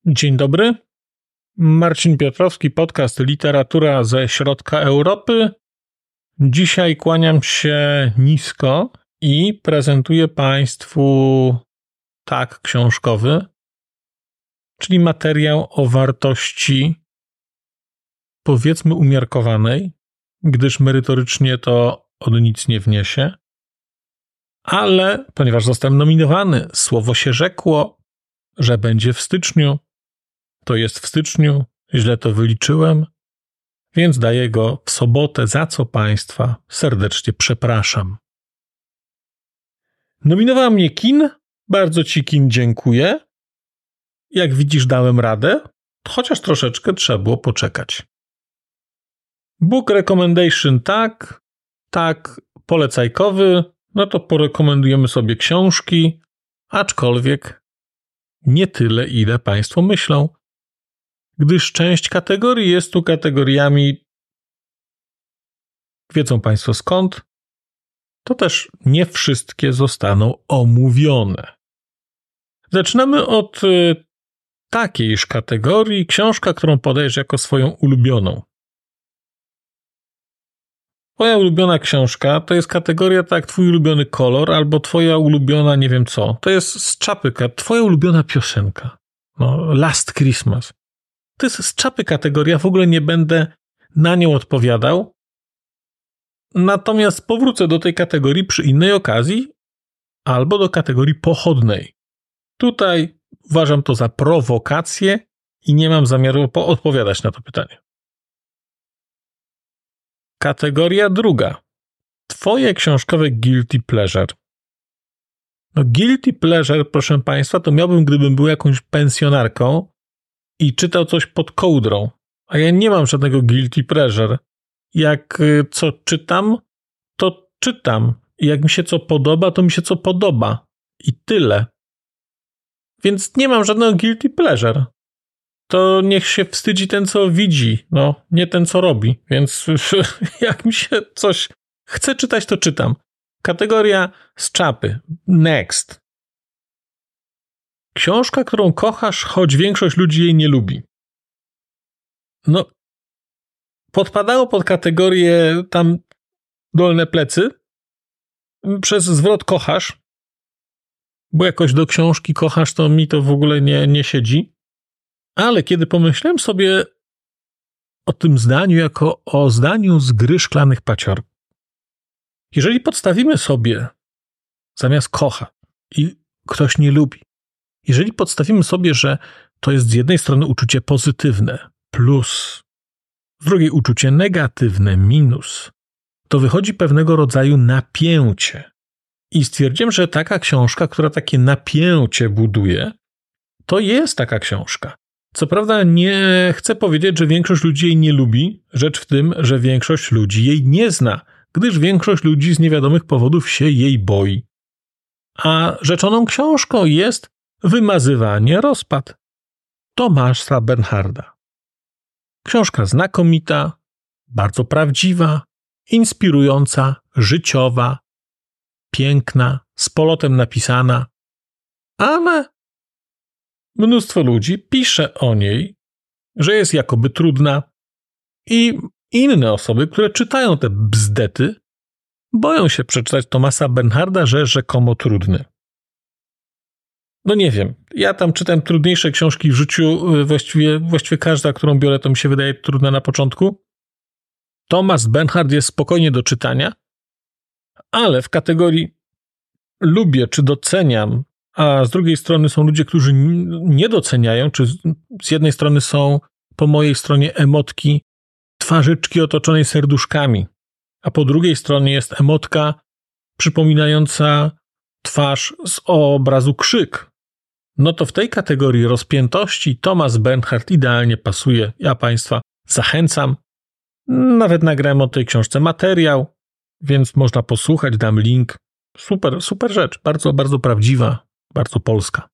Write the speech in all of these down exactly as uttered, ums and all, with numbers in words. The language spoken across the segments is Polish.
Dzień dobry. Marcin Piotrowski, podcast Literatura ze Środka Europy. Dzisiaj kłaniam się nisko i prezentuję Państwu tak książkowy, czyli materiał o wartości, powiedzmy, umiarkowanej, gdyż merytorycznie to od nic nie wniesie, ale ponieważ zostałem nominowany, słowo się rzekło, że będzie w styczniu, to jest w styczniu, źle to wyliczyłem, więc daję go w sobotę, za co Państwa serdecznie przepraszam. Nominowała mnie Kin, bardzo Ci, Kin, dziękuję. Jak widzisz, dałem radę, chociaż troszeczkę trzeba było poczekać. Book recommendation tak, tak, polecajkowy, no to porekomendujemy sobie książki, aczkolwiek nie tyle, ile Państwo myślą, gdyż część kategorii jest tu kategoriami, wiedzą Państwo skąd, to też nie wszystkie zostaną omówione. Zaczynamy od y, takiejż kategorii, książka, którą podajesz jako swoją ulubioną. Twoja ulubiona książka to jest kategoria tak, twój ulubiony kolor albo twoja ulubiona nie wiem co. To jest z czapy, twoja ulubiona piosenka. No, Last Christmas. To jest z czapy kategoria, w ogóle nie będę na nią odpowiadał. Natomiast powrócę do tej kategorii przy innej okazji albo do kategorii pochodnej. Tutaj uważam to za prowokację i nie mam zamiaru odpowiadać na to pytanie. Kategoria druga. Twoje książkowe guilty pleasure. No guilty pleasure, proszę Państwa, to miałbym, gdybym był jakąś pensjonarką i czytał coś pod kołdrą. A ja nie mam żadnego guilty pleasure. Jak co czytam, to czytam. I jak mi się co podoba, to mi się co podoba. I tyle. Więc nie mam żadnego guilty pleasure. To niech się wstydzi ten, co widzi, no, nie ten, co robi. Więc jak mi się coś chce czytać, to czytam. Kategoria z czapy. Next. Książka, którą kochasz, choć większość ludzi jej nie lubi. No, podpadało pod kategorię tam dolne plecy przez zwrot kochasz, bo jakoś do książki kochasz, to mi to w ogóle nie, nie siedzi. Ale kiedy pomyślałem sobie o tym zdaniu jako o zdaniu z gry Szklanych Pacior, jeżeli podstawimy sobie zamiast kocha i ktoś nie lubi, jeżeli podstawimy sobie, że to jest z jednej strony uczucie pozytywne plus, z drugiej uczucie negatywne minus, to wychodzi pewnego rodzaju napięcie. I stwierdziłem, że taka książka, która takie napięcie buduje, to jest taka książka. Co prawda nie chcę powiedzieć, że większość ludzi jej nie lubi. Rzecz w tym, że większość ludzi jej nie zna, gdyż większość ludzi z niewiadomych powodów się jej boi. A rzeczoną książką jest Wymazywanie rozpad Thomasa Bernharda. Książka znakomita, bardzo prawdziwa, inspirująca, życiowa, piękna, z polotem napisana, ale mnóstwo ludzi pisze o niej, że jest jakoby trudna i inne osoby, które czytają te bzdety, boją się przeczytać Thomasa Bernharda, że rzekomo trudny. No nie wiem, ja tam czytam trudniejsze książki w życiu, właściwie, właściwie każda, którą biorę, to mi się wydaje trudna na początku. Thomas Bernhard jest spokojnie do czytania, ale w kategorii lubię czy doceniam, a z drugiej strony są ludzie, którzy nie doceniają, czy z jednej strony są po mojej stronie emotki twarzyczki otoczonej serduszkami, a po drugiej stronie jest emotka przypominająca twarz z obrazu Krzyk. No to w tej kategorii rozpiętości Thomas Bernhard idealnie pasuje. Ja Państwa zachęcam. Nawet nagrałem o tej książce materiał, więc można posłuchać, dam link. Super, super rzecz. Bardzo, bardzo prawdziwa, bardzo polska.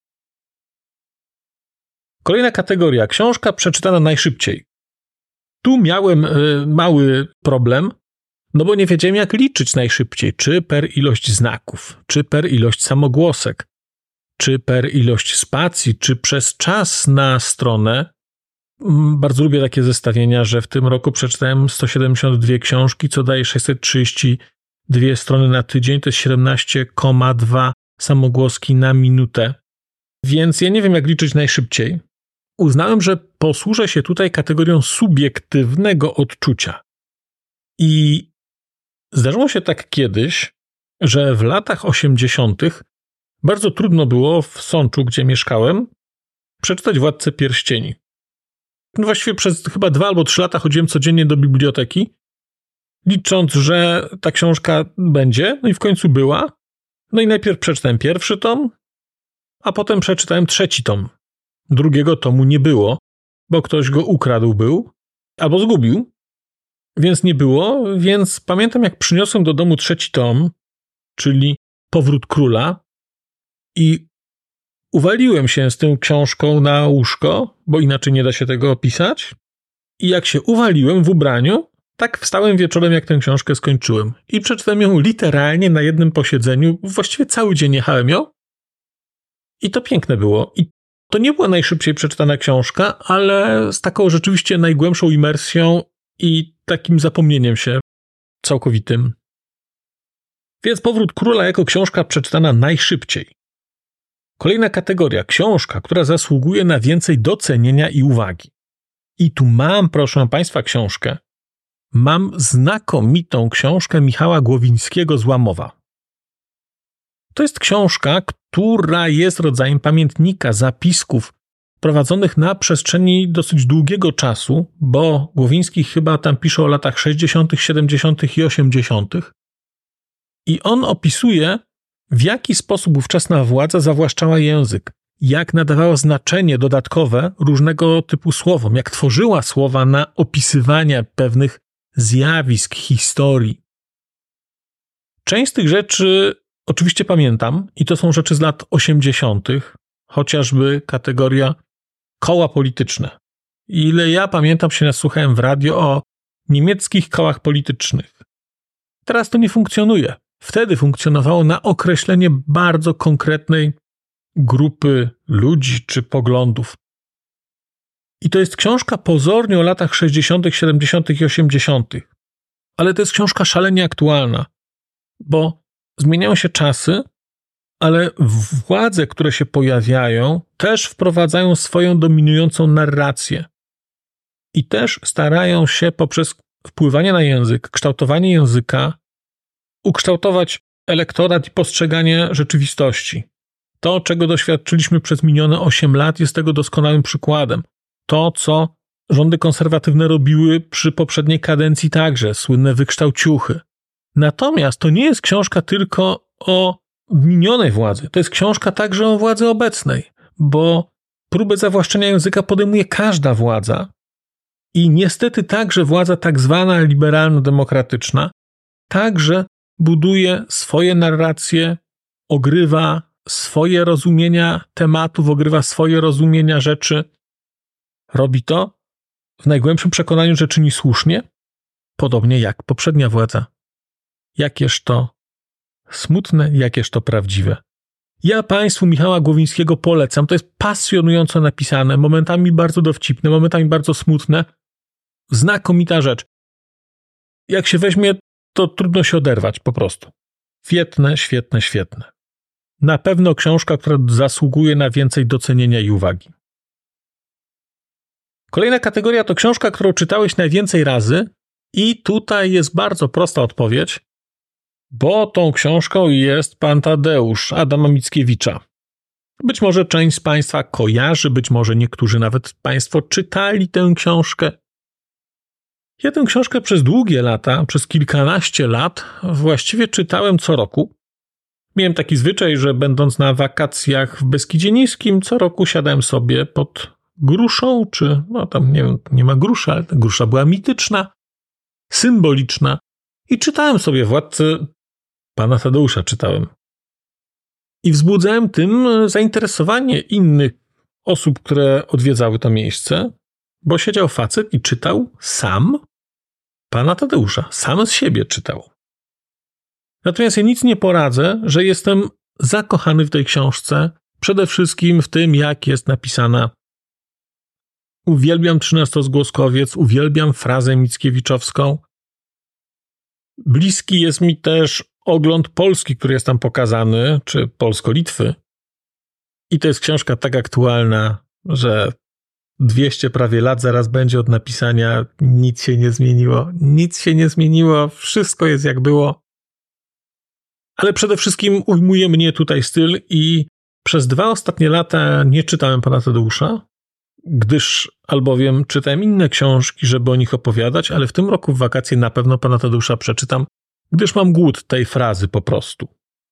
Kolejna kategoria. Książka przeczytana najszybciej. Tu miałem y, mały problem, no bo nie wiedziałem, jak liczyć najszybciej. Czy per ilość znaków, czy per ilość samogłosek, czy per ilość spacji, czy przez czas na stronę. Bardzo lubię takie zestawienia, że w tym roku przeczytałem sto siedemdziesiąt dwie książki, co daje sześćset trzydzieści dwie strony na tydzień, to jest siedemnaście przecinek dwa samogłoski na minutę. Więc ja nie wiem, jak liczyć najszybciej. Uznałem, że posłużę się tutaj kategorią subiektywnego odczucia. I zdarzyło się tak kiedyś, że w latach osiemdziesiątych bardzo trudno było w Sączu, gdzie mieszkałem, przeczytać Władcę Pierścieni. No właściwie przez chyba dwa albo trzy lata chodziłem codziennie do biblioteki, licząc, że ta książka będzie, no i w końcu była. No i najpierw przeczytałem pierwszy tom, a potem przeczytałem trzeci tom. Drugiego tomu nie było, bo ktoś go ukradł był, albo zgubił, więc nie było, więc pamiętam, jak przyniosłem do domu trzeci tom, czyli Powrót Króla, i uwaliłem się z tą książką na łóżko, bo inaczej nie da się tego opisać, i jak się uwaliłem w ubraniu, tak wstałem wieczorem, jak tę książkę skończyłem. I przeczytałem ją literalnie na jednym posiedzeniu, właściwie cały dzień jechałem ją, i to piękne było. I to nie była najszybciej przeczytana książka, ale z taką rzeczywiście najgłębszą imersją i takim zapomnieniem się całkowitym. Więc Powrót Króla jako książka przeczytana najszybciej. Kolejna kategoria. Książka, która zasługuje na więcej docenienia i uwagi. I tu mam, proszę Państwa, książkę. Mam znakomitą książkę Michała Głowińskiego Złamowa. To jest książka, która jest rodzajem pamiętnika, zapisków prowadzonych na przestrzeni dosyć długiego czasu, bo Głowiński chyba tam pisze o latach sześćdziesiątych, siedemdziesiątych i osiemdziesiątych. I on opisuje, w jaki sposób ówczesna władza zawłaszczała język, jak nadawała znaczenie dodatkowe różnego typu słowom, jak tworzyła słowa na opisywanie pewnych zjawisk, historii. Część z tych rzeczy oczywiście pamiętam i to są rzeczy z lat osiemdziesiątych, chociażby kategoria koła polityczne. Ile ja pamiętam, się nasłuchałem w radio o niemieckich kołach politycznych. Teraz to nie funkcjonuje. Wtedy funkcjonowało na określenie bardzo konkretnej grupy ludzi czy poglądów. I to jest książka pozornie o latach sześćdziesiątych, siedemdziesiątych i osiemdziesiątych. Ale to jest książka szalenie aktualna, bo zmieniają się czasy, ale władze, które się pojawiają, też wprowadzają swoją dominującą narrację. I też starają się poprzez wpływanie na język, kształtowanie języka, ukształtować elektorat i postrzeganie rzeczywistości. To, czego doświadczyliśmy przez minione osiem lat, jest tego doskonałym przykładem. To, co rządy konserwatywne robiły przy poprzedniej kadencji także, słynne wykształciuchy. Natomiast to nie jest książka tylko o minionej władzy, to jest książka także o władzy obecnej, bo próbę zawłaszczenia języka podejmuje każda władza i niestety także władza tak zwana liberalno-demokratyczna także buduje swoje narracje, ogrywa swoje rozumienia tematów, ogrywa swoje rozumienia rzeczy. Robi to w najgłębszym przekonaniu, że czyni słusznie, podobnie jak poprzednia władza. Jakież to smutne, jakież to prawdziwe. Ja Państwu Michała Głowińskiego polecam. To jest pasjonująco napisane, momentami bardzo dowcipne, momentami bardzo smutne. Znakomita rzecz. Jak się weźmie, to trudno się oderwać po prostu. Świetne, świetne, świetne. Na pewno książka, która zasługuje na więcej docenienia i uwagi. Kolejna kategoria to książka, którą czytałeś najwięcej razy i tutaj jest bardzo prosta odpowiedź, bo tą książką jest Pan Tadeusz Adama Mickiewicza. Być może część z Państwa kojarzy, być może niektórzy nawet Państwo czytali tę książkę. Ja tę książkę przez długie lata, przez kilkanaście lat właściwie czytałem co roku. Miałem taki zwyczaj, że będąc na wakacjach w Beskidzie Niskim, co roku siadałem sobie pod gruszą, czy no tam nie wiem, nie ma gruszy, ale ta grusza była mityczna, symboliczna i czytałem sobie Władcę Pana Tadeusza czytałem. I wzbudzałem tym zainteresowanie innych osób, które odwiedzały to miejsce, bo siedział facet i czytał sam Pana Tadeusza, sam z siebie czytał. Natomiast ja nic nie poradzę, że jestem zakochany w tej książce, Przede wszystkim w tym, jak jest napisana. Uwielbiam trzynastozgłoskowiec, uwielbiam frazę mickiewiczowską. Bliski jest mi też ogląd Polski, który jest tam pokazany, czy Polsko-Litwy. I to jest książka tak aktualna, że dwieście prawie lat zaraz będzie od napisania, nic się nie zmieniło. Nic się nie zmieniło, wszystko jest jak było. Ale przede wszystkim ujmuje mnie tutaj styl i przez dwa ostatnie lata nie czytałem pana Tadeusza, gdyż albowiem czytałem inne książki, żeby o nich opowiadać, ale w tym roku w wakacje na pewno pana Tadeusza przeczytam, gdyż mam głód tej frazy po prostu.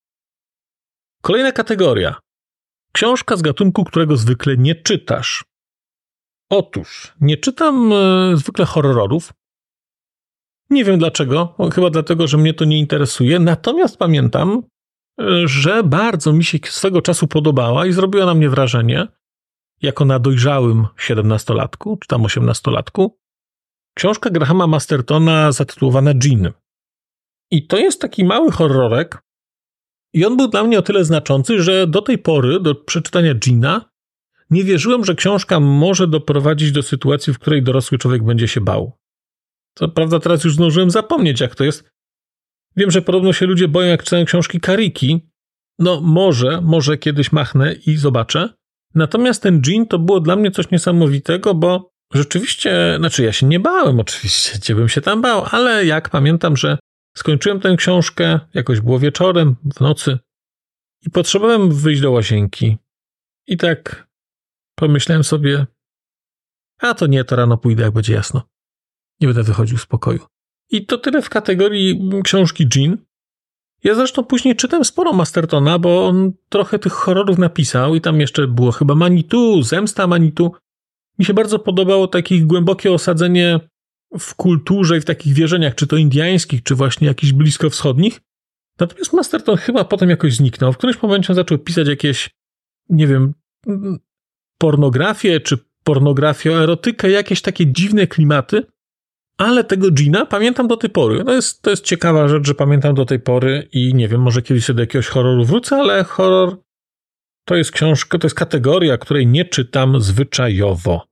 Kolejna kategoria. Książka z gatunku, którego zwykle nie czytasz. Otóż, nie czytam e, zwykle horrorów. Nie wiem dlaczego, chyba dlatego, że mnie to nie interesuje. Natomiast pamiętam, e, że bardzo mi się swego czasu podobała i zrobiła na mnie wrażenie, jako na dojrzałym siedemnastolatku, czy tam osiemnastolatku, książka Grahama Mastertona zatytułowana Dżin. I to jest taki mały horrorek i on był dla mnie o tyle znaczący, że do tej pory, do przeczytania Dżina, nie wierzyłem, że książka może doprowadzić do sytuacji, w której dorosły człowiek będzie się bał. Co prawda teraz już zdążyłem zapomnieć, jak to jest. Wiem, że podobno się ludzie boją, jak czytają książki Kariki. No może, może kiedyś machnę i zobaczę. Natomiast ten Dżin to było dla mnie coś niesamowitego, bo rzeczywiście, znaczy ja się nie bałem oczywiście, gdzie bym się tam bał, ale jak pamiętam, że skończyłem tę książkę, jakoś było wieczorem, w nocy i potrzebowałem wyjść do łazienki. I tak pomyślałem sobie, a to nie, to rano pójdę, jak będzie jasno. Nie będę wychodził z pokoju. I to tyle w kategorii książki Dżin. Ja zresztą później czytałem sporo Mastertona, bo on trochę tych horrorów napisał i tam jeszcze było chyba Manitou, Zemsta Manitou. Mi się bardzo podobało takie głębokie osadzenie w kulturze i w takich wierzeniach, czy to indiańskich, czy właśnie jakichś bliskowschodnich. Natomiast Masterton chyba potem jakoś zniknął. W którymś momencie zaczął pisać jakieś, nie wiem, pornografię, czy pornografio-erotykę, jakieś takie dziwne klimaty. Ale tego Dżina pamiętam do tej pory. To jest, to jest ciekawa rzecz, że pamiętam do tej pory i nie wiem, może kiedyś sobie do jakiegoś horroru wrócę, ale horror to jest książka, to jest kategoria, której nie czytam zwyczajowo.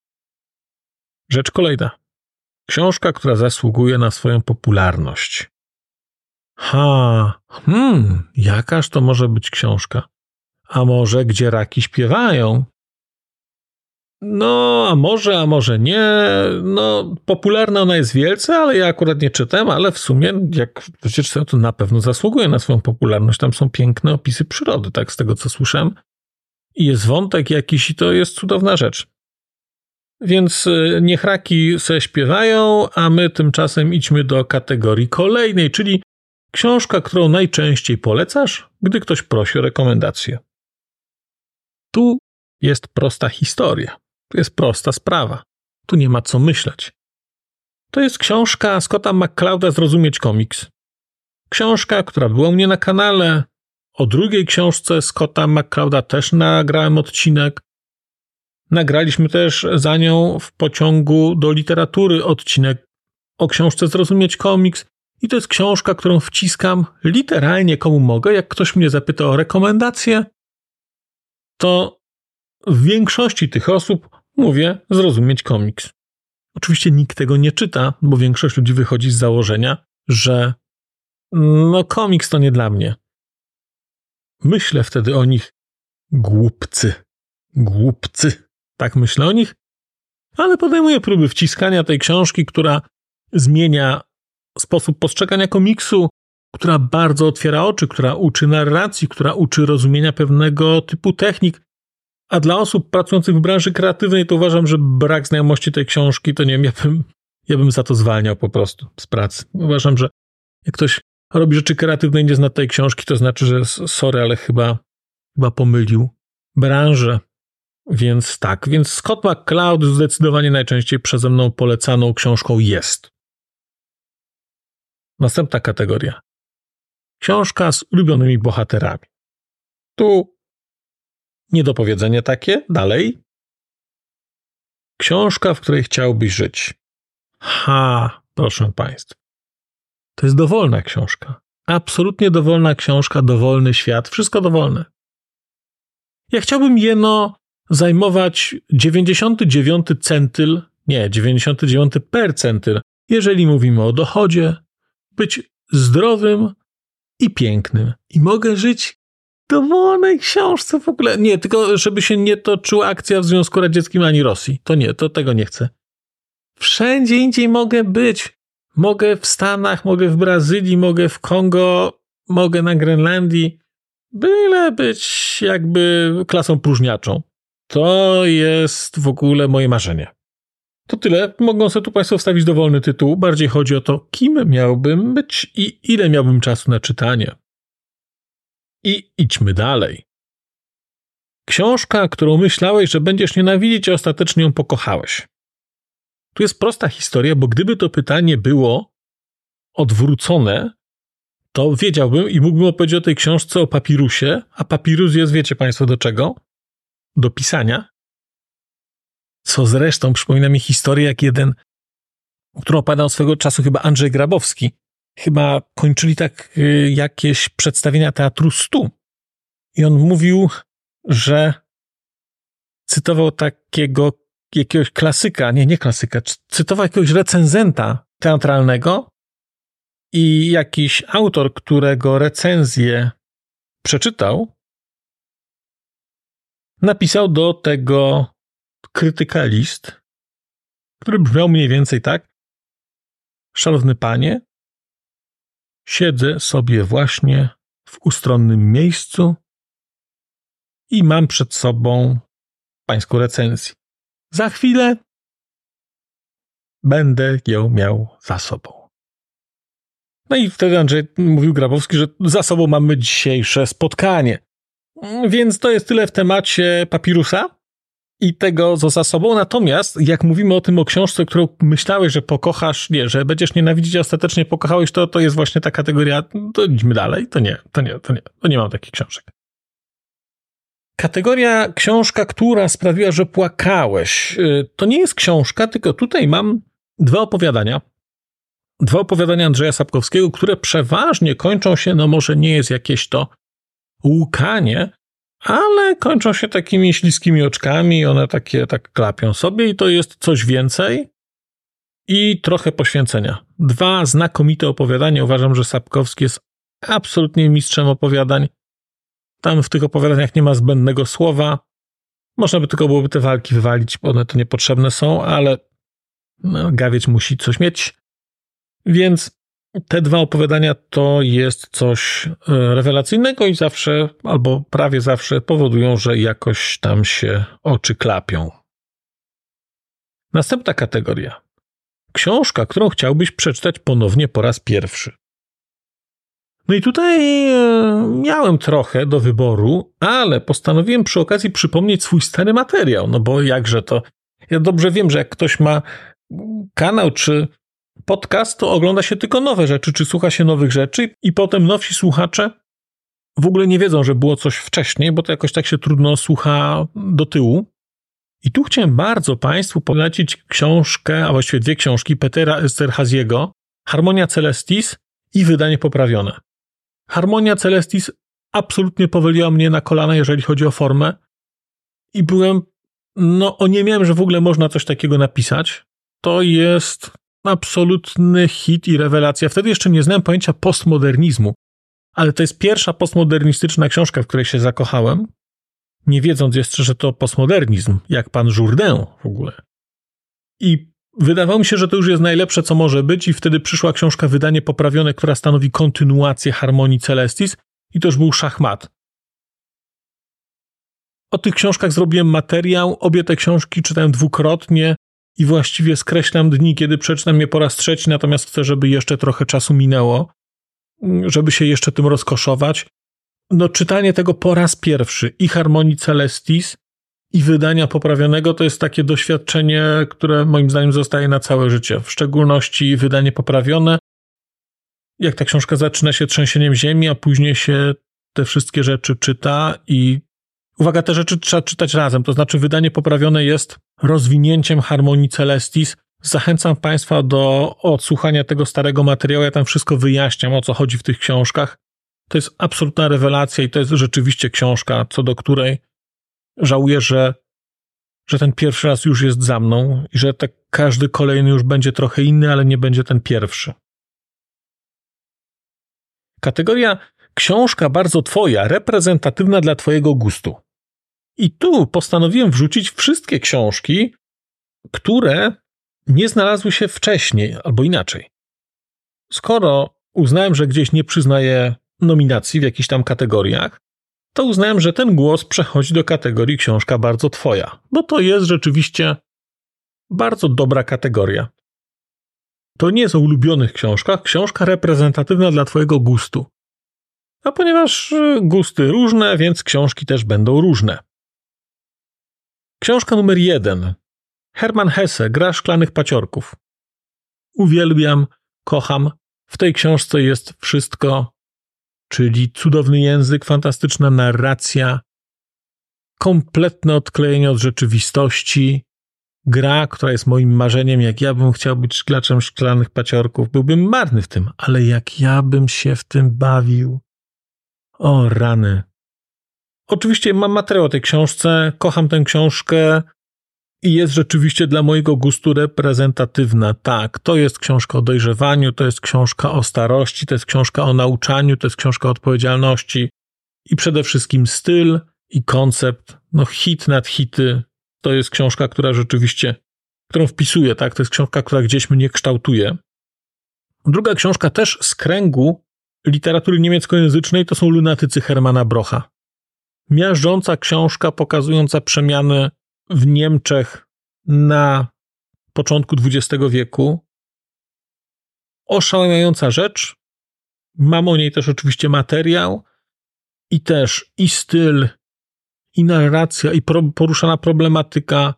Rzecz kolejna. Książka, która zasługuje na swoją popularność. Ha, hmm, jakaż to może być książka? A może Gdzie raki śpiewają? No, a może, a może nie. No, popularna ona jest wielce, ale ja akurat nie czytam, ale w sumie, jak czytam, to na pewno zasługuje na swoją popularność. Tam są piękne opisy przyrody, tak, z tego co słyszałem. I jest wątek jakiś i to jest cudowna rzecz. Więc niech raki se śpiewają, a my tymczasem idźmy do kategorii kolejnej, czyli książka, którą najczęściej polecasz, gdy ktoś prosi o rekomendację. Tu jest prosta historia. To jest prosta sprawa. Tu nie ma co myśleć. To jest książka Scotta McClouda Zrozumieć komiks. Książka, która była u mnie na kanale. O drugiej książce Scotta McClouda też nagrałem odcinek. Nagraliśmy też za nią w pociągu do literatury odcinek o książce Zrozumieć komiks. I to jest książka, którą wciskam literalnie komu mogę. Jak ktoś mnie zapyta o rekomendację, to w większości tych osób mówię Zrozumieć komiks. Oczywiście nikt tego nie czyta, bo większość ludzi wychodzi z założenia, że no komiks to nie dla mnie. Myślę wtedy o nich głupcy. Głupcy. Tak myślę o nich, ale podejmuję próby wciskania tej książki, która zmienia sposób postrzegania komiksu, która bardzo otwiera oczy, która uczy narracji, która uczy rozumienia pewnego typu technik. A dla osób pracujących w branży kreatywnej to uważam, że brak znajomości tej książki, to nie wiem, ja bym, ja bym za to zwalniał po prostu z pracy. Uważam, że jak ktoś robi rzeczy kreatywne i nie zna tej książki, to znaczy, że sorry, ale chyba, chyba pomylił branżę. Więc tak, więc Scott McCloud zdecydowanie najczęściej przeze mną polecaną książką jest. Następna kategoria. Książka z ulubionymi bohaterami. Tu niedopowiedzenie takie, dalej. Książka, w której chciałbyś żyć. Ha, proszę państwa. To jest dowolna książka. Absolutnie dowolna książka, dowolny świat, wszystko dowolne. Ja chciałbym jeno zajmować dziewięćdziesiąty dziewiąty centyl, nie, dziewięćdziesiąty dziewiąty percentyl, jeżeli mówimy o dochodzie, być zdrowym i pięknym. I mogę żyć w dowolnej książce w ogóle. Nie, tylko żeby się nie toczyła akcja w Związku Radzieckim ani Rosji. To nie, to tego nie chcę. Wszędzie indziej mogę być. Mogę w Stanach, mogę w Brazylii, mogę w Kongo, mogę na Grenlandii. Byle być jakby klasą próżniaczą. To jest w ogóle moje marzenie. To tyle. Mogą sobie tu Państwo wstawić dowolny tytuł. Bardziej chodzi o to, kim miałbym być i ile miałbym czasu na czytanie. I idźmy dalej. Książka, którą myślałeś, że będziesz nienawidzić, a ostatecznie ją pokochałeś. Tu jest prosta historia, bo gdyby to pytanie było odwrócone, to wiedziałbym i mógłbym opowiedzieć o tej książce o papirusie, a papirus jest, wiecie Państwo, do czego? Do pisania. Co zresztą przypomina mi historię, jak jeden, którą opadał swego czasu chyba Andrzej Grabowski. Chyba kończyli tak y, jakieś przedstawienia Teatru stu. I on mówił, że cytował takiego jakiegoś klasyka, nie, nie klasyka, cytował jakiegoś recenzenta teatralnego i jakiś autor, którego recenzję przeczytał, napisał do tego krytyka list, który brzmiał mniej więcej tak: szanowny panie, siedzę sobie właśnie w ustronnym miejscu i mam przed sobą pańską recenzję. Za chwilę będę ją miał za sobą. No i wtedy Andrzej mówił Grabowski, że za sobą mamy dzisiejsze spotkanie. Więc to jest tyle w temacie papirusa i tego, co za sobą. Natomiast jak mówimy o tym, o książce, którą myślałeś, że pokochasz, nie, że będziesz nienawidzić, a ostatecznie pokochałeś, to, to jest właśnie ta kategoria, to idźmy dalej. To nie, to nie, to nie, to nie mam takich książek. Kategoria książka, która sprawiła, że płakałeś. To nie jest książka, tylko tutaj mam dwa opowiadania. Dwa opowiadania Andrzeja Sapkowskiego, które przeważnie kończą się, no może nie jest jakieś to łkanie, ale kończą się takimi śliskimi oczkami, one takie tak klapią sobie i to jest coś więcej i trochę poświęcenia. Dwa znakomite opowiadania. Uważam, że Sapkowski jest absolutnie mistrzem opowiadań. Tam w tych opowiadaniach nie ma zbędnego słowa. Można by tylko byłoby te walki wywalić, bo one to niepotrzebne są, ale no, gawieć musi coś mieć. Więc te dwa opowiadania to jest coś rewelacyjnego i zawsze, albo prawie zawsze powodują, że jakoś tam się oczy klapią. Następna kategoria. Książka, którą chciałbyś przeczytać ponownie po raz pierwszy. No i tutaj miałem trochę do wyboru, ale postanowiłem przy okazji przypomnieć swój stary materiał, no bo jakże to... Ja dobrze wiem, że jak ktoś ma kanał czy podcast, to ogląda się tylko nowe rzeczy, czy słucha się nowych rzeczy i potem nowsi słuchacze w ogóle nie wiedzą, że było coś wcześniej, bo to jakoś tak się trudno słucha do tyłu. I tu chciałem bardzo Państwu polecić książkę, a właściwie dwie książki Petera Esterhazy'ego, Harmonia Celestis i Wydanie poprawione. Harmonia Celestis absolutnie powaliła mnie na kolana, jeżeli chodzi o formę i byłem, no oniemiałem, że w ogóle można coś takiego napisać. To jest absolutny hit i rewelacja. Wtedy jeszcze nie znałem pojęcia postmodernizmu, ale to jest pierwsza postmodernistyczna książka, w której się zakochałem, nie wiedząc jeszcze, że to postmodernizm, jak pan Jourdain w ogóle. I wydawało mi się, że to już jest najlepsze, co może być i wtedy przyszła książka Wydanie poprawione, która stanowi kontynuację Harmonii Celestis i to już był szachmat. O tych książkach zrobiłem materiał, obie te książki czytałem dwukrotnie i właściwie skreślam dni, kiedy przeczytam je po raz trzeci, natomiast chcę, żeby jeszcze trochę czasu minęło, żeby się jeszcze tym rozkoszować. No czytanie tego po raz pierwszy i Harmonii Celestis i Wydania poprawionego to jest takie doświadczenie, które moim zdaniem zostaje na całe życie. W szczególności Wydanie poprawione, jak ta książka zaczyna się trzęsieniem ziemi, a później się te wszystkie rzeczy czyta i uwaga, te rzeczy trzeba czytać razem, to znaczy Wydanie poprawione jest rozwinięciem Harmonii Celestis. Zachęcam Państwa do odsłuchania tego starego materiału, ja tam wszystko wyjaśniam, o co chodzi w tych książkach. To jest absolutna rewelacja i to jest rzeczywiście książka, co do której żałuję, że, że ten pierwszy raz już jest za mną i że tak każdy kolejny już będzie trochę inny, ale nie będzie ten pierwszy. Kategoria książka bardzo twoja, reprezentatywna dla twojego gustu. I tu postanowiłem wrzucić wszystkie książki, które nie znalazły się wcześniej, albo inaczej. Skoro uznałem, że gdzieś nie przyznaję nominacji w jakichś tam kategoriach, to uznałem, że ten głos przechodzi do kategorii książka bardzo twoja, bo to jest rzeczywiście bardzo dobra kategoria. To nie jest o ulubionych książkach, książka reprezentatywna dla twojego gustu. A ponieważ gusty różne, więc książki też będą różne. Książka numer jeden. Hermann Hesse, Gra szklanych paciorków. Uwielbiam, kocham. W tej książce jest wszystko, czyli cudowny język, fantastyczna narracja, kompletne odklejenie od rzeczywistości, gra, która jest moim marzeniem, jak ja bym chciał być szklaczem szklanych paciorków. Byłbym marny w tym, ale jak ja bym się w tym bawił. O rany. Oczywiście mam materiał o tej książce, kocham tę książkę i jest rzeczywiście dla mojego gustu reprezentatywna. Tak, to jest książka o dojrzewaniu, to jest książka o starości, to jest książka o nauczaniu, to jest książka o odpowiedzialności i przede wszystkim styl i koncept, no hit nad hity. To jest książka, która rzeczywiście, którą wpisuję, tak? To jest książka, która gdzieś mnie kształtuje. Druga książka też z kręgu literatury niemieckojęzycznej to są Lunatycy Hermana Brocha. Miażdżąca książka pokazująca przemiany w Niemczech na początku dwudziestego wieku. Oszałamiająca rzecz. Mam o niej też oczywiście materiał i też i styl, i narracja, i pro, poruszana problematyka.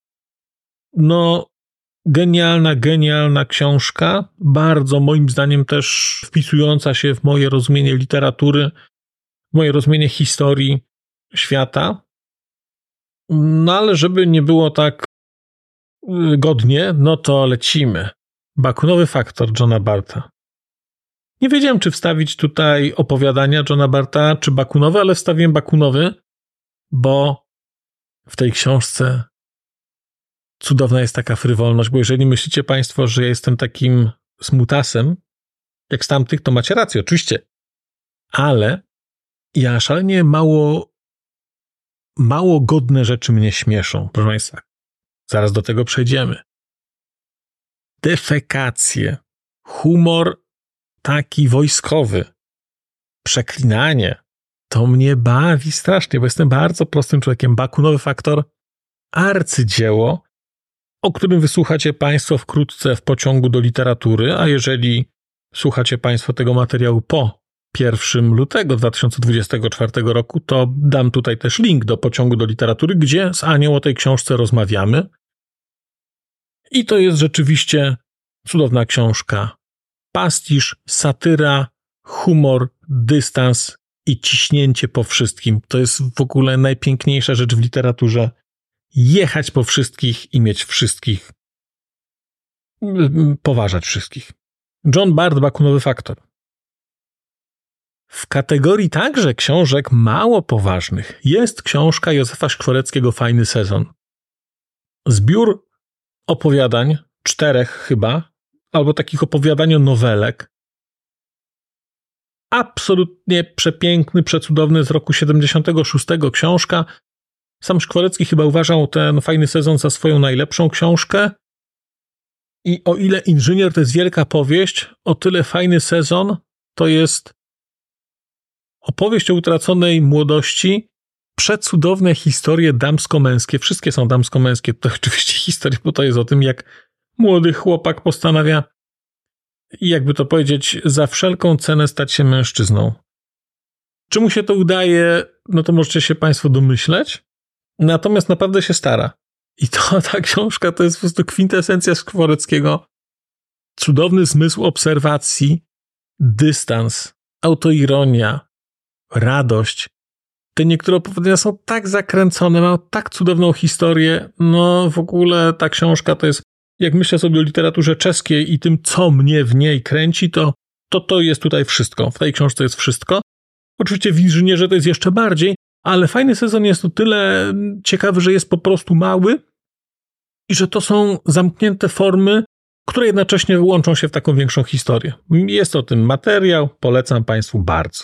No, genialna, genialna książka. Bardzo moim zdaniem też wpisująca się w moje rozumienie literatury, w moje rozumienie historii świata. No ale żeby nie było tak godnie, no to lecimy. Bakunowy faktor Johna Barta. Nie wiedziałem, czy wstawić tutaj opowiadania Johna Barta, czy bakunowe, ale wstawiłem bakunowy, bo w tej książce cudowna jest taka frywolność, bo jeżeli myślicie państwo, że ja jestem takim smutasem, jak z tamtych, to macie rację, oczywiście. Ale ja szalenie mało, mało godne rzeczy mnie śmieszą, proszę państwa. Zaraz do tego przejdziemy. Defekacje, humor taki wojskowy, przeklinanie, to mnie bawi strasznie, bo jestem bardzo prostym człowiekiem. Bakunowy faktor, arcydzieło, o którym wysłuchacie państwo wkrótce w pociągu do literatury, a jeżeli słuchacie państwo tego materiału po pierwszego lutego dwa tysiące dwudziestego czwartego roku, to dam tutaj też link do pociągu do literatury, gdzie z Anią o tej książce rozmawiamy. I to jest rzeczywiście cudowna książka. Pastisz, satyra, humor, dystans i ciśnięcie po wszystkim. To jest w ogóle najpiękniejsza rzecz w literaturze. Jechać po wszystkich i mieć wszystkich. Poważać wszystkich. John Bart, Bakunowy faktor. W kategorii także książek mało poważnych jest książka Józefa Szkworeckiego Fajny sezon. Zbiór opowiadań, czterech chyba, albo takich opowiadanio-nowelek. Absolutnie przepiękny, przecudowny z roku siedemdziesiątego szóstego książka. Sam Szkworecki chyba uważał ten Fajny sezon za swoją najlepszą książkę. I o ile Inżynier to jest wielka powieść, o tyle Fajny sezon to jest opowieść o utraconej młodości, przecudowne historie damsko-męskie. Wszystkie są damsko-męskie. To oczywiście historie, bo to jest o tym, jak młody chłopak postanawia, jakby to powiedzieć, za wszelką cenę stać się mężczyzną. Czy mu się to udaje, no to możecie się państwo domyśleć. Natomiast naprawdę się stara. I to ta książka to jest po prostu kwintesencja Szkworeckiego. Cudowny zmysł obserwacji, dystans, autoironia, radość. Te niektóre opowiadania są tak zakręcone, mają tak cudowną historię. No w ogóle ta książka to jest, jak myślę sobie o literaturze czeskiej i tym, co mnie w niej kręci, to to, to jest tutaj wszystko. W tej książce jest wszystko. Oczywiście w Inżynierze to jest jeszcze bardziej, ale fajny sezon jest o tyle ciekawy, że jest po prostu mały i że to są zamknięte formy, które jednocześnie łączą się w taką większą historię. Jest o tym materiał, polecam Państwu bardzo.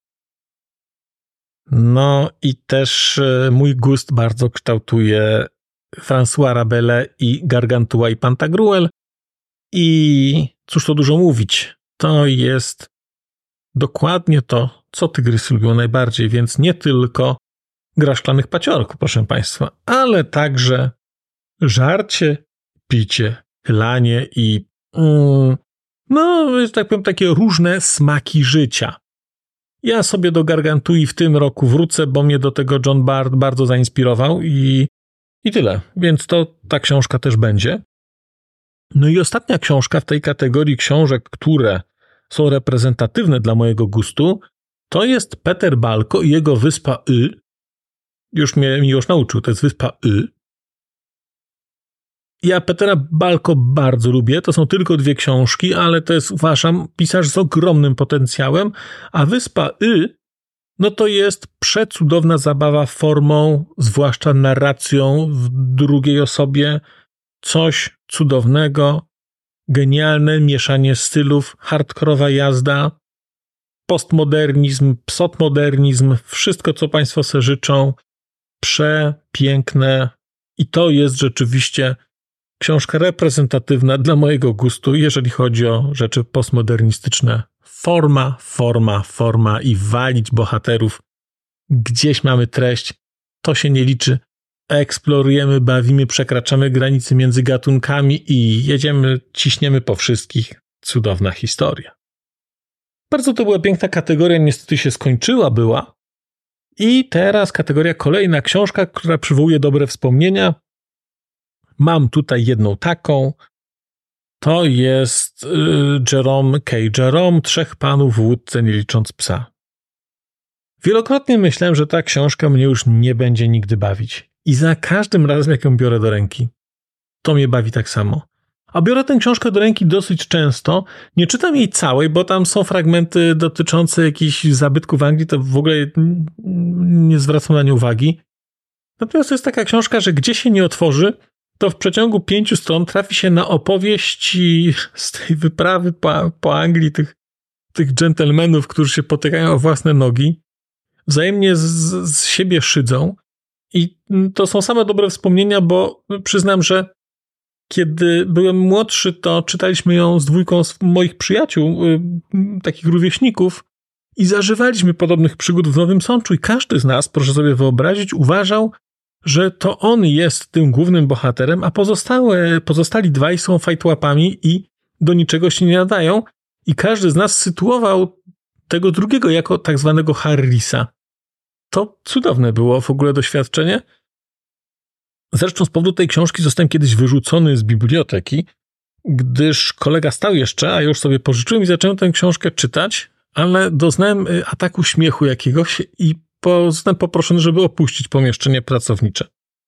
No i też mój gust bardzo kształtuje François Rabelais i Gargantua i Pantagruel i cóż to dużo mówić, to jest dokładnie to, co tygrysy lubią najbardziej, więc nie tylko gra szklanych paciorków, proszę Państwa, ale także żarcie, picie, lanie i mm, no, że tak powiem, takie różne smaki życia. Ja sobie do Gargantui w tym roku wrócę, bo mnie do tego John Bard bardzo zainspirował i, i tyle. Więc to ta książka też będzie. No i ostatnia książka w tej kategorii książek, które są reprezentatywne dla mojego gustu, to jest Peter Balko i jego Wyspa Y. Już mnie Miłosz nauczył, to jest Wyspa Y. Ja Petera Balko bardzo lubię, to są tylko dwie książki, ale to jest, uważam, pisarz z ogromnym potencjałem, a Wyspa Y, no to jest przecudowna zabawa formą, zwłaszcza narracją w drugiej osobie, coś cudownego, genialne mieszanie stylów, hardkorowa jazda, postmodernizm, psotmodernizm, wszystko, co Państwo sobie życzą, przepiękne i to jest rzeczywiście książka reprezentatywna dla mojego gustu, jeżeli chodzi o rzeczy postmodernistyczne. Forma, forma, forma i walić bohaterów. Gdzieś mamy treść, to się nie liczy. Eksplorujemy, bawimy, przekraczamy granice między gatunkami i jedziemy, ciśniemy po wszystkich. Cudowna historia. Bardzo to była piękna kategoria, niestety się skończyła była. I teraz kategoria kolejna, książka, która przywołuje dobre wspomnienia. Mam tutaj jedną taką. To jest yy, Jerome K. Jerome, Trzech panów w łódce, nie licząc psa. Wielokrotnie myślałem, że ta książka mnie już nie będzie nigdy bawić. I za każdym razem, jak ją biorę do ręki, to mnie bawi tak samo. A biorę tę książkę do ręki dosyć często. Nie czytam jej całej, bo tam są fragmenty dotyczące jakichś zabytków Anglii, to w ogóle nie zwracam na nie uwagi. Natomiast to jest taka książka, że gdzie się nie otworzy, to w przeciągu pięciu stron trafi się na opowieści z tej wyprawy po, po Anglii, tych, tych dżentelmenów, którzy się potykają o własne nogi, wzajemnie z, z siebie szydzą. I to są same dobre wspomnienia, bo przyznam, że kiedy byłem młodszy, to czytaliśmy ją z dwójką z moich przyjaciół, yy, takich rówieśników i zażywaliśmy podobnych przygód w Nowym Sączu i każdy z nas, proszę sobie wyobrazić, uważał, że to on jest tym głównym bohaterem, a pozostałe, pozostali dwaj są fajtłapami i do niczego się nie nadają i każdy z nas sytuował tego drugiego jako tak zwanego Harrisa. To cudowne było w ogóle doświadczenie. Zresztą z powodu tej książki zostałem kiedyś wyrzucony z biblioteki, gdyż kolega stał jeszcze, a ja już sobie pożyczyłem i zacząłem tę książkę czytać, ale doznałem ataku śmiechu jakiegoś i zostałem poproszony, żeby opuścić pomieszczenie pracownicze.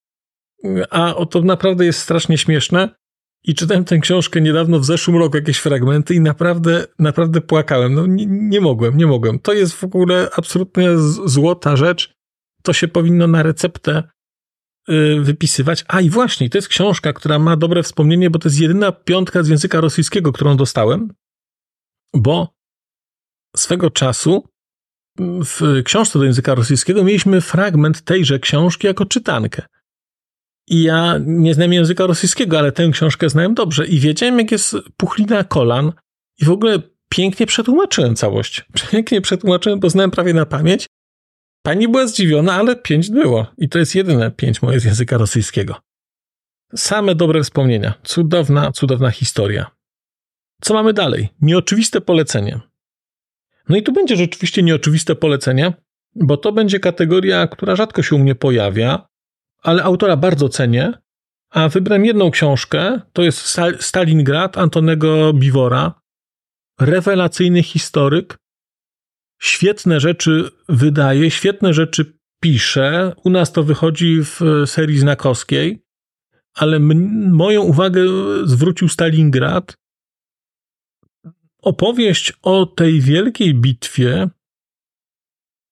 A to naprawdę jest strasznie śmieszne i czytałem tę książkę niedawno, w zeszłym roku, jakieś fragmenty i naprawdę, naprawdę płakałem. No nie, nie mogłem, nie mogłem. To jest w ogóle absolutnie złota rzecz. To się powinno na receptę wypisywać. A i właśnie, to jest książka, która ma dobre wspomnienie, bo to jest jedyna piątka z języka rosyjskiego, którą dostałem, bo swego czasu w książce do języka rosyjskiego mieliśmy fragment tejże książki jako czytankę. I ja nie znam języka rosyjskiego, ale tę książkę znałem dobrze i wiedziałem, jak jest puchlina kolan i w ogóle pięknie przetłumaczyłem całość. Pięknie przetłumaczyłem, bo znałem prawie na pamięć. Pani była zdziwiona, ale pięć było. I to jest jedyne pięć moje z języka rosyjskiego. Same dobre wspomnienia. Cudowna, cudowna historia. Co mamy dalej? Nieoczywiste polecenie. No i tu będzie rzeczywiście nieoczywiste polecenie, bo to będzie kategoria, która rzadko się u mnie pojawia, ale autora bardzo cenię, a wybrałem jedną książkę, to jest Stalingrad Antonego Biwora, rewelacyjny historyk, świetne rzeczy wydaje, świetne rzeczy pisze, u nas to wychodzi w serii znakowskiej, ale m- moją uwagę zwrócił Stalingrad, opowieść o tej wielkiej bitwie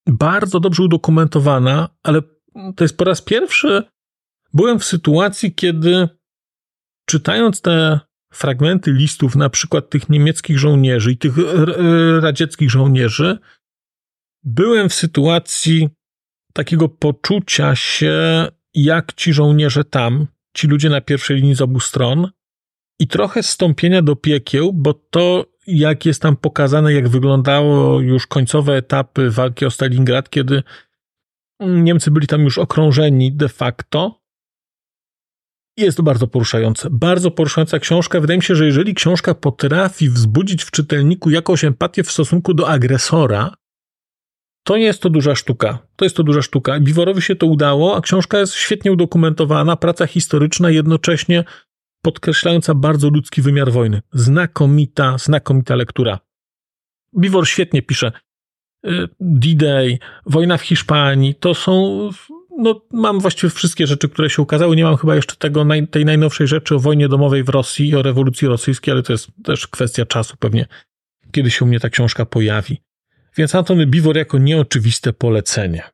bardzo dobrze udokumentowana, ale to jest po raz pierwszy byłem w sytuacji, kiedy czytając te fragmenty listów, na przykład tych niemieckich żołnierzy i tych radzieckich żołnierzy, byłem w sytuacji takiego poczucia się, jak ci żołnierze tam, ci ludzie na pierwszej linii z obu stron i trochę zstąpienia do piekieł, bo to, jak jest tam pokazane, jak wyglądało już końcowe etapy walki o Stalingrad, kiedy Niemcy byli tam już okrążeni de facto, jest to bardzo poruszające. Bardzo poruszająca książka. Wydaje mi się, że jeżeli książka potrafi wzbudzić w czytelniku jakąś empatię w stosunku do agresora, to jest to duża sztuka. To jest to duża sztuka. Biworowi się to udało, a książka jest świetnie udokumentowana, praca historyczna, jednocześnie podkreślająca bardzo ludzki wymiar wojny. Znakomita, znakomita lektura. Biwor świetnie pisze. D-Day, wojna w Hiszpanii, to są... No, mam właściwie wszystkie rzeczy, które się ukazały. Nie mam chyba jeszcze tego, tej najnowszej rzeczy o wojnie domowej w Rosji i o rewolucji rosyjskiej, ale to jest też kwestia czasu pewnie, kiedy się u mnie ta książka pojawi. Więc Antony Biwor jako nieoczywiste polecenie.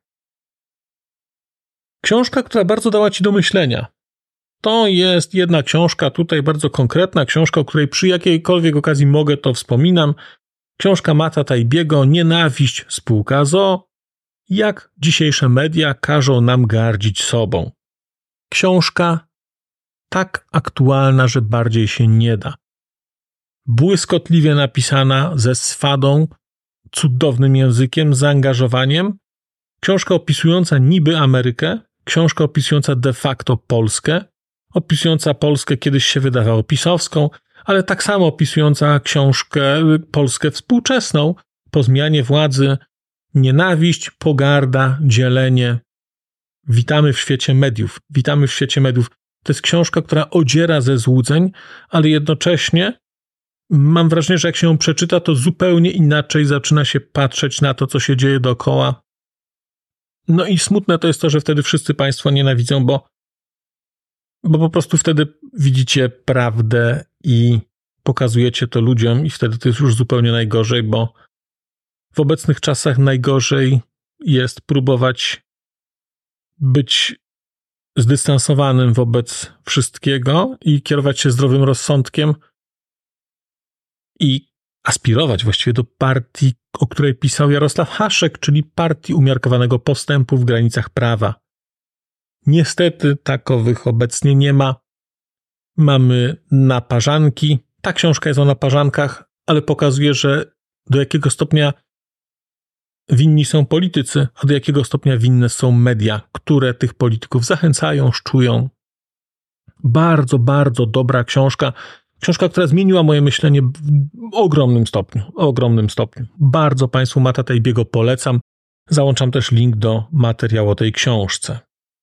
Książka, która bardzo dała ci do myślenia. To jest jedna książka, tutaj bardzo konkretna książka, o której przy jakiejkolwiek okazji mogę, to wspominam. Książka Mata Taibbiego, Nienawiść, spółka z o o. Jak dzisiejsze media każą nam gardzić sobą. Książka tak aktualna, że bardziej się nie da. Błyskotliwie napisana, ze swadą, cudownym językiem, zaangażowaniem. Książka opisująca niby Amerykę, książka opisująca de facto Polskę, opisująca Polskę kiedyś się wydawało pisowską, ale tak samo opisująca książkę Polskę współczesną po zmianie władzy. Nienawiść, pogarda, dzielenie. Witamy w świecie mediów. Witamy w świecie mediów. To jest książka, która odziera ze złudzeń, ale jednocześnie mam wrażenie, że jak się ją przeczyta, to zupełnie inaczej zaczyna się patrzeć na to, co się dzieje dookoła. No i smutne to jest to, że wtedy wszyscy państwo nienawidzą, bo, bo po prostu wtedy widzicie prawdę i pokazujecie to ludziom i wtedy to jest już zupełnie najgorzej, bo w obecnych czasach najgorzej jest próbować być zdystansowanym wobec wszystkiego i kierować się zdrowym rozsądkiem i aspirować właściwie do partii, o której pisał Jarosław Haszek, czyli partii umiarkowanego postępu w granicach prawa. Niestety takowych obecnie nie ma. Mamy naparzanki. Ta książka jest o naparzankach, ale pokazuje, że do jakiego stopnia winni są politycy, a do jakiego stopnia winne są media, które tych polityków zachęcają, szczują. Bardzo, bardzo dobra książka. Książka, która zmieniła moje myślenie w ogromnym stopniu. W ogromnym stopniu. Bardzo Państwu Mata Taibbiego polecam. Załączam też link do materiału o tej książce.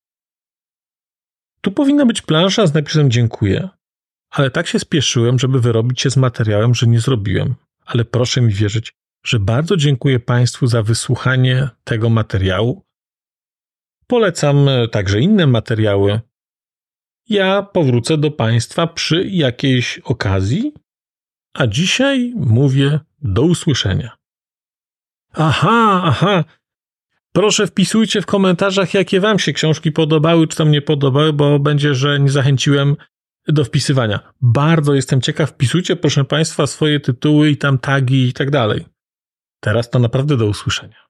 Tu powinna być plansza z napisem dziękuję, ale tak się spieszyłem, żeby wyrobić się z materiałem, że nie zrobiłem. Ale proszę mi wierzyć, że bardzo dziękuję Państwu za wysłuchanie tego materiału. Polecam także inne materiały. Ja powrócę do Państwa przy jakiejś okazji, a dzisiaj mówię do usłyszenia. Aha, aha. Proszę wpisujcie w komentarzach, jakie Wam się książki podobały, czy tam nie podobały, bo będzie, że nie zachęciłem do wpisywania. Bardzo jestem ciekaw. Wpisujcie, proszę Państwa, swoje tytuły i tam tagi i tak dalej. Teraz to naprawdę do usłyszenia.